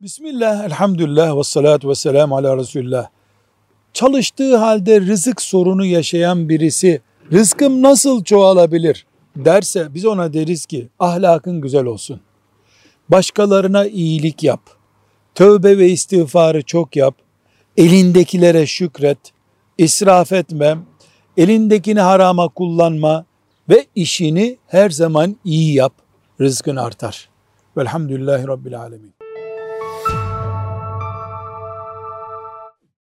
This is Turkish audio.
Bismillah, elhamdülillah ve salatu ve selamu ala Resulullah. Çalıştığı halde rızık sorunu yaşayan birisi, rızkım nasıl çoğalabilir derse, biz ona deriz ki, ahlakın güzel olsun. Başkalarına iyilik yap. Tövbe ve istiğfarı çok yap. Elindekilere şükret. İsraf etme. Elindekini harama kullanma. Ve işini her zaman iyi yap. Rızkın artar. Velhamdülillahi Rabbil alemin.